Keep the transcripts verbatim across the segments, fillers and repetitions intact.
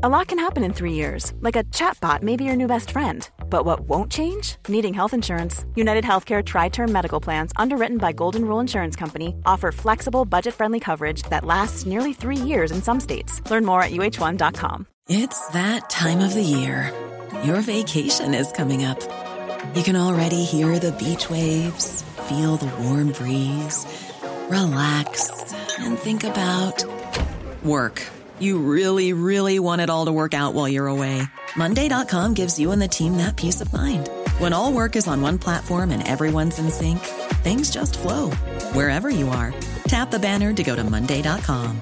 A lot can happen in three years, like a chatbot may be your new best friend. But what won't change? Needing health insurance. United Healthcare Tri-Term Medical Plans, underwritten by Golden Rule Insurance Company, offer flexible, budget-friendly coverage that lasts nearly three years in some states. Learn more at U H one dot com. It's that time of the year. Your vacation is coming up. You can already hear the beach waves, feel the warm breeze, relax, and think about work. You really, really want it all to work out while you're away. Monday dot com gives you and the team that peace of mind. When all work is on one platform and everyone's in sync, things just flow. Wherever you are, tap the banner to go to Monday dot com.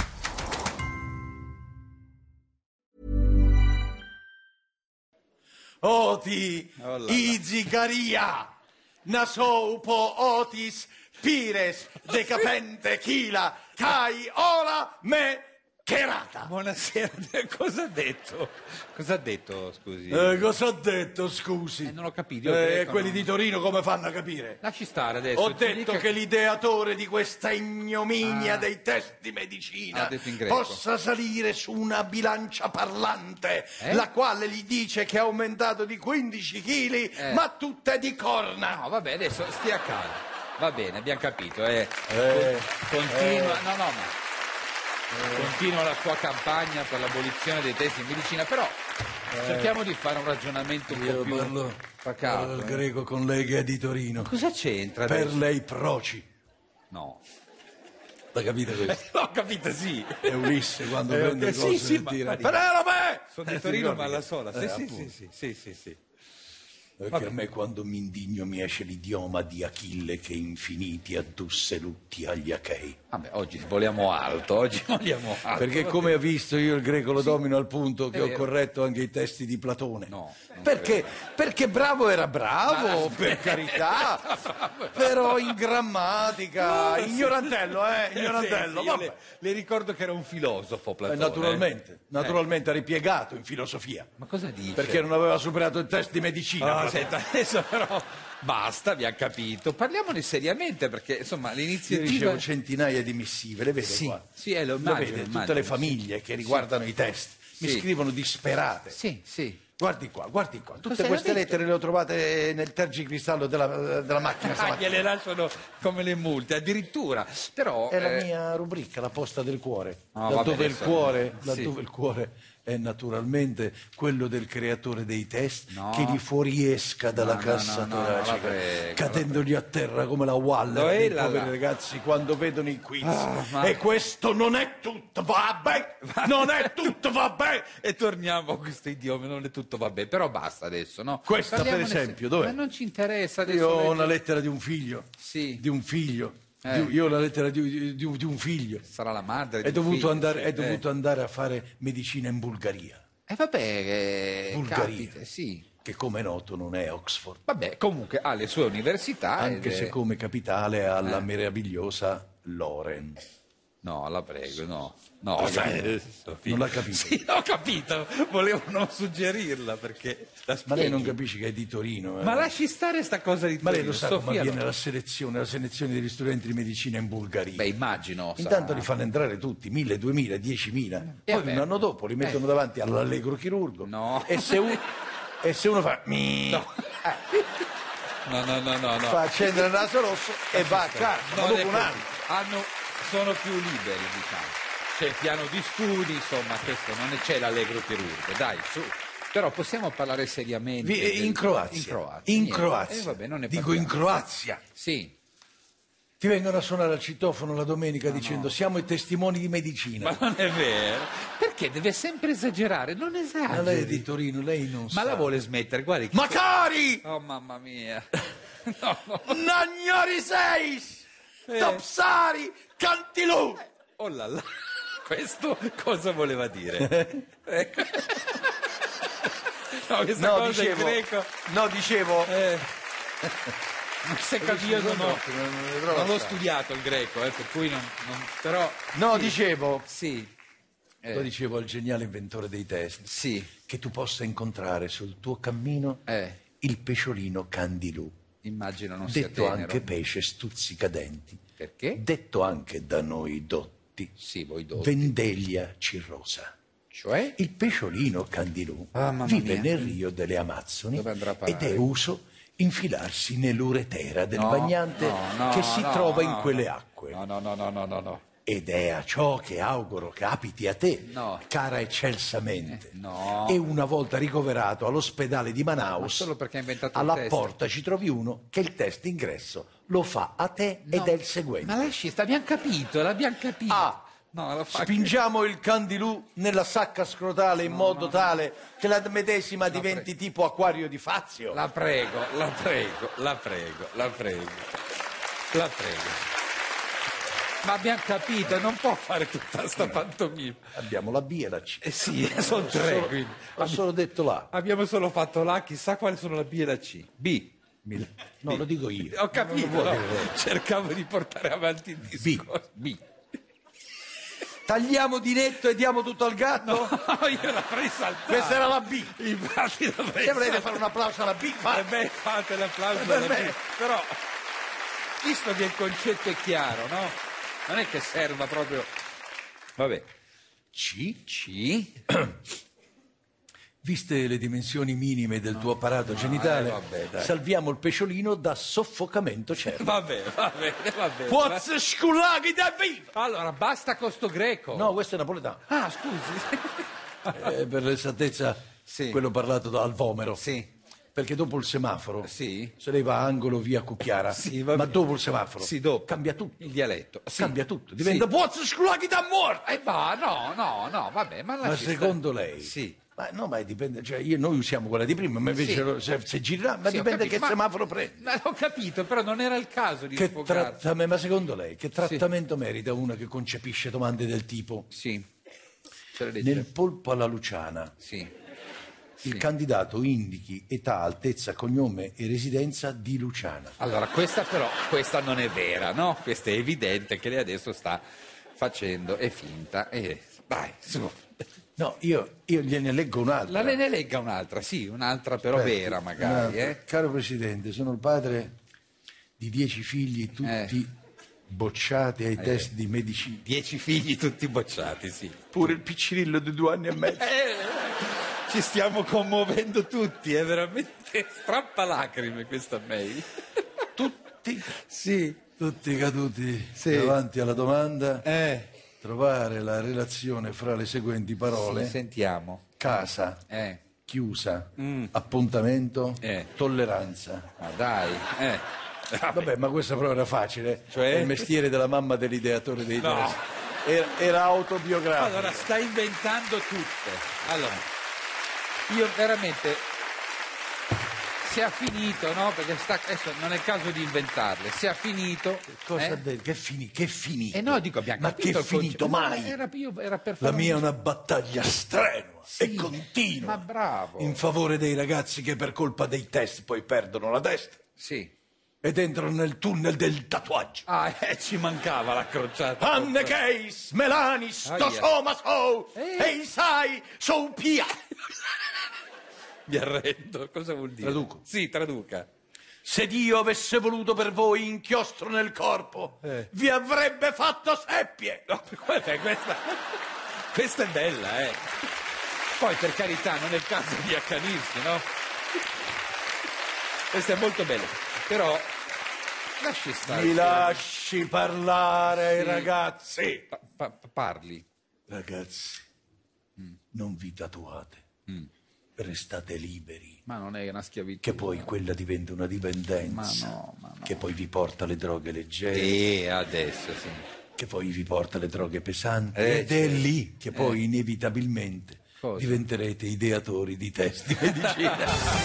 Oti, Oh là là. Izigaria, Nasoupo, Otis, Pires, Decapente, Chila, Kai, Ola, Me, Cherata. Buonasera, cosa ha detto? Cosa ha detto, scusi? Eh, cosa ho detto, scusi? Eh, non ho capito. io Eh, greco, quelli no. di Torino come fanno a capire? Lasci stare adesso. Ho ci detto dica- che l'ideatore di questa ignominia Ah. dei test di medicina Ha detto in greco. possa salire su una bilancia parlante, Eh? la quale gli dice che è aumentato di quindici chili, Eh. ma tutte di corna. No, vabbè, adesso stia calmo. Va bene, abbiamo capito. Eh. Eh, Continua, eh. no, no, ma... Continua la sua campagna per l'abolizione dei test in medicina, però cerchiamo di fare un ragionamento un po' Io più parlo, pacato. parlo il eh. greco con lei che è di Torino. Cosa c'entra Per adesso? lei proci. No. La capite questo? L'ho capito, sì. È Ulisse quando Eh, prende eh, il sì, coso sì, e ma- tira. ma- Penelope! Sono Eh, di ti Torino, ricordi ma alla che- sola. Sì, eh, sì, appunto. sì, sì, sì, sì, sì. Perché Vabbè. a me quando mi indigno mi esce l'idioma di Achille che infiniti addusse lutti agli Achei. Vabbè, oggi vogliamo alto, oggi vogliamo alto. Perché come ha visto io il greco lo domino al punto che è ho vero. corretto anche i testi di Platone. No, non Perché? Perché bravo era bravo, per carità, però in grammatica, ignorantello, eh, ignorantello. Sì, sì, io vabbè. le, le ricordo che era un filosofo Eh, Platone. naturalmente, eh. naturalmente ha ripiegato in filosofia. Ma cosa dice? Perché non aveva superato il test di medicina. Ah, Platone. senta, adesso però basta, abbiamo capito. Parliamone seriamente perché insomma Io l'iniziativa... ricevo centinaia di missive, le vede Sì, qua? sì, eh, lo Le immagino, vede, tutte immagino, le sì. famiglie che riguardano i test mi Sì. scrivono disperate. Sì, sì. Guardi qua, guardi qua, tutte Cosa queste l'ha detto? lettere le ho trovate nel tergicristallo della, della macchina Ah, stamattina. gliele lasciano come le multe, addirittura. Però... È la eh, mia rubrica, la posta del cuore, No, vabbè, laddove, il adesso- cuore, sì. laddove il cuore è naturalmente quello del creatore dei test No. che gli fuoriesca dalla No, no, cassa no, no, toracica, la prego, cadendogli a terra come la Waller Dov'è dei la- poveri la- ragazzi quando vedono i quiz. Ah, ma- E questo non è tutto, vabbè, non è tutto, vabbè. E torniamo a questo idioma, non è tutto vabbè, però basta adesso, no? Questa, per Parliamone esempio, se- dov'è? Ma non ci interessa adesso. Io ho legge- una lettera di un figlio, Sì. di un figlio, Eh. di- io ho la lettera di, di un- di un figlio. Sarà la madre. È di un dovuto, figlio, andare, sì. è dovuto Eh. andare a fare medicina in Bulgaria, E vabbè, eh, Bulgaria. capita, sì. che come è noto non è Oxford, Vabbè, comunque ha le sue università. anche ed se è- come capitale ha la Eh. meravigliosa Loren. No, la prego, no. No, Non l'ha sai, capito? Sofia. Non l'ha capito? Sì, ho capito. Volevo non suggerirla perché la Ma lei non spieghi. capisce che è di Torino. eh? Ma lasci stare sta cosa di Ma lei Torino, lo sa Sofia, come avviene no. la selezione, la selezione degli studenti di medicina in Bulgaria? Beh, immagino. Intanto sarà- li fanno entrare tutti, mille, duemila, diecimila. Eh, Poi vabbè. un anno dopo li mettono davanti all'allegro chirurgo. No. E se, un- e se uno fa... mi- No. No, no, no, no, no. fa accendere il naso rosso e va a casa, ma Non è dopo un così. anno. Hanno, sono più liberi, diciamo. C'è il piano di studi, insomma, questo non è- c'è l'allegro chirurgo, dai, su. Però possiamo parlare seriamente. Vi- del- in Croazia. In Croazia. In niente. Croazia. Eh, vabbè, non ne Dico in parliamo. Croazia. Sì. Ti vengono a suonare al citofono la domenica dicendo siamo i testimoni di medicina. Ma non è vero. Perché deve sempre esagerare? Non Ma esageri. lei è di Torino, lei non Ma sa. la vuole smettere, guardi. che- Macari! Oh, mamma mia. No, no. Nagnori seis! Eh. Topsari! Cantilù! Oh là là. Questo cosa voleva dire? Ecco. No, questa No, cosa dicevo, in greco. no, dicevo, Eh. Se capi- io non, ho- non ne dovrò non l'ho lasciare. studiato il greco, eh, per cui non, non- però no, sì, dicevo, sì, eh, lo dicevo al geniale inventore dei test, sì, che tu possa incontrare sul tuo cammino eh, il pesciolino Candilù, immagino non sia detto tenero. anche pesce stuzzicadenti, Perché? detto anche da noi dotti, Sì, voi dotti. Vendeglia cirrosa. Cioè? Il pesciolino Candilù Ah, mamma vive mia. nel Rio delle Amazzoni Dove andrà a parare? ed è uso infilarsi nell'uretera del No, bagnante no, no, che si no, trova no, in quelle no. acque. No, no, no, no, no, no, no. Ed è a ciò che auguro capiti a te, No. cara eccelsamente. Eh, no. E una volta ricoverato all'ospedale di Ma Manaus, solo perché ha inventato il alla test. porta ci trovi uno che il test d'ingresso lo fa a te ed è il seguente. Ma lasci, l'abbiamo capito, l'abbiamo capito. A. No, lo fa Spingiamo il Candilù nella sacca scrotale in modo tale che la medesima diventi tipo acquario di Fazio. La prego, la prego, la prego, la prego, la prego. Ma abbiamo capito, non può fare tutta sta pantomima. Abbiamo la B e la C. Eh sì, sono tre, Solo- quindi. Ho solo detto là. Abbiamo solo fatto l'A, chissà quali sono la B e la C. B. No, lo dico io. Ho capito, Non lo vuoi no? dire lei. Cercavo di portare avanti il discorso. B. Tagliamo di netto e diamo tutto al gatto? No, io l'avrei saltata. Questa era la B. Infatti l'avrei Se volete saltata. fare un applauso alla B, Eh fate. beh, fate l'applauso Per alla me. B. Però, visto che il concetto è chiaro, no? Non è che serva proprio... Vabbè. C. C. Viste le dimensioni minime del tuo apparato genitale, eh, vabbè, dai. salviamo il pesciolino da soffocamento certo. Va bene, va bene, va bene. Puozz scullaghi da viva! Allora, basta con sto greco. No, questo è napoletano. Ah, scusi. Eh, per l'esattezza, Sì. quello parlato da- al vomero. Sì. Perché dopo il semaforo, Sì. se lei va a angolo via Cucchiara, Sì, va ma bene. dopo il semaforo, Sì, dopo. cambia tutto. Il dialetto. Sì. Cambia tutto. Diventa Sì. Puozz scullaghi da morte! Eh, va, no, no, no, vabbè, ma Ma lasci secondo stare. lei? Sì. Ma no, ma dipende, cioè io, noi usiamo quella di prima, ma invece Sì. lo- se, se girerà, ma Sì, ho dipende capito, che ma- semaforo prende. Ma ho capito, però non era il caso di Che sfogarsi. trattamento, ma secondo lei, che trattamento merita una che concepisce domande del tipo Sì. Ce la dice? nel polpo alla Luciana, Sì. il Sì. candidato indichi età, altezza, cognome e residenza di Luciana. Allora, questa però, questa non è vera, no? Questa è evidente che lei adesso sta facendo, è finta. E dai, su. No, io, io gliene leggo un'altra. La ne legga un'altra, sì, un'altra però Aspetti, vera magari, un'altra. eh? Caro Presidente, sono il padre di dieci figli, tutti Eh. bocciati ai test di medicina. Dieci figli tutti bocciati, sì. Pure il piccirillo di due anni e mezzo. Eh, ci stiamo commuovendo tutti, è veramente strappalacrime questa mail. Tutti, Sì. tutti caduti Sì. davanti alla domanda. Eh, Trovare la relazione fra le seguenti parole: sì, sentiamo. casa, Eh, chiusa, Mm. appuntamento, Eh. tolleranza. ma dai, eh. Vabbè, ma questa però era facile. Cioè? È il mestiere della mamma dell'ideatore dei No. test. Era, era autobiografico. Allora, sta inventando tutte. Allora, io veramente... Se ha finito, no? Perché sta, adesso non è il caso di inventarle. Se ha finito... Cosa eh? ha detto? Che, fini, che finito? Eh no, dico, abbiamo Ma capito che il finito concetto. mai? Era, io, era per La fare mia è un- una battaglia strenua Sì, e continua ma bravo. in favore dei ragazzi che per colpa dei test poi perdono la testa Sì. ed entrano nel tunnel del tatuaggio. Ah, eh, ci mancava la crociata. Anne Case, Melanis, Aia. Tosoma So, Eh. e sai, so pia. Mi arrendo. Cosa vuol dire? Traduco. Sì, traduca. Se Dio avesse voluto per voi inchiostro nel corpo, Eh. vi avrebbe fatto seppie. No, guarda, questa, questa è bella, eh. Poi, per carità, non è il caso di accanirsi, no? Questa è molto bella. Però, lasci stare. Mi lasci parlare ai Sì. ragazzi. Pa- pa- parli. Ragazzi, non vi tatuate, restate liberi, Ma non è una schiavitù. che poi quella diventa una dipendenza, Ma no, ma no. che poi vi porta alle droghe leggere, E adesso, sì. che poi vi porta alle droghe pesanti, Eh, ed è certo. lì che poi inevitabilmente Cosa? diventerete ideatori di test di medicina.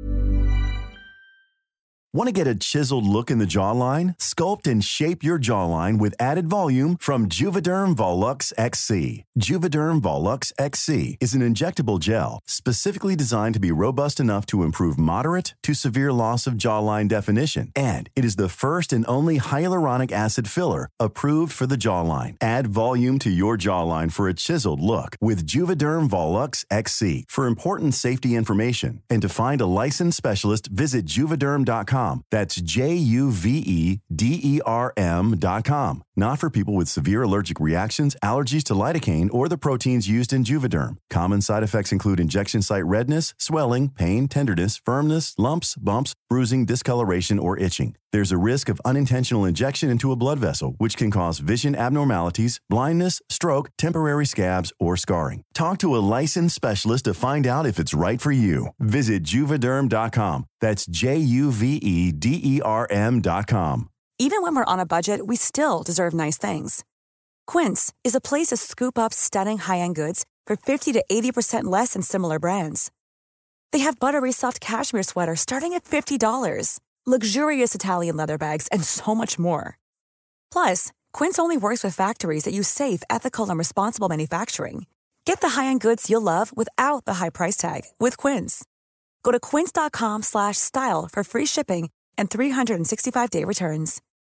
Want to get a chiseled look in the jawline? Sculpt and shape your jawline with added volume from Juvederm Volux X C. Juvederm Volux X C is an injectable gel specifically designed to be robust enough to improve moderate to severe loss of jawline definition. And it is the first and only hyaluronic acid filler approved for the jawline. Add volume to your jawline for a chiseled look with Juvederm Volux X C. For important safety information and to find a licensed specialist, visit juvederm dot com. That's J U V E D E R M dot com. Not for people with severe allergic reactions, allergies to lidocaine, or the proteins used in Juvederm. Common side effects include injection site redness, swelling, pain, tenderness, firmness, lumps, bumps, bruising, discoloration, or itching. There's a risk of unintentional injection into a blood vessel, which can cause vision abnormalities, blindness, stroke, temporary scabs, or scarring. Talk to a licensed specialist to find out if it's right for you. Visit Juvederm dot com. That's J U V E D E R M dot com. Even when we're on a budget, we still deserve nice things. Quince is a place to scoop up stunning high-end goods for fifty to eighty percent less than similar brands. They have buttery soft cashmere sweaters starting at fifty dollars, luxurious Italian leather bags, and so much more. Plus, Quince only works with factories that use safe, ethical, and responsible manufacturing. Get the high-end goods you'll love without the high price tag with Quince. Go to quince dot com slash style for free shipping and three sixty-five day returns.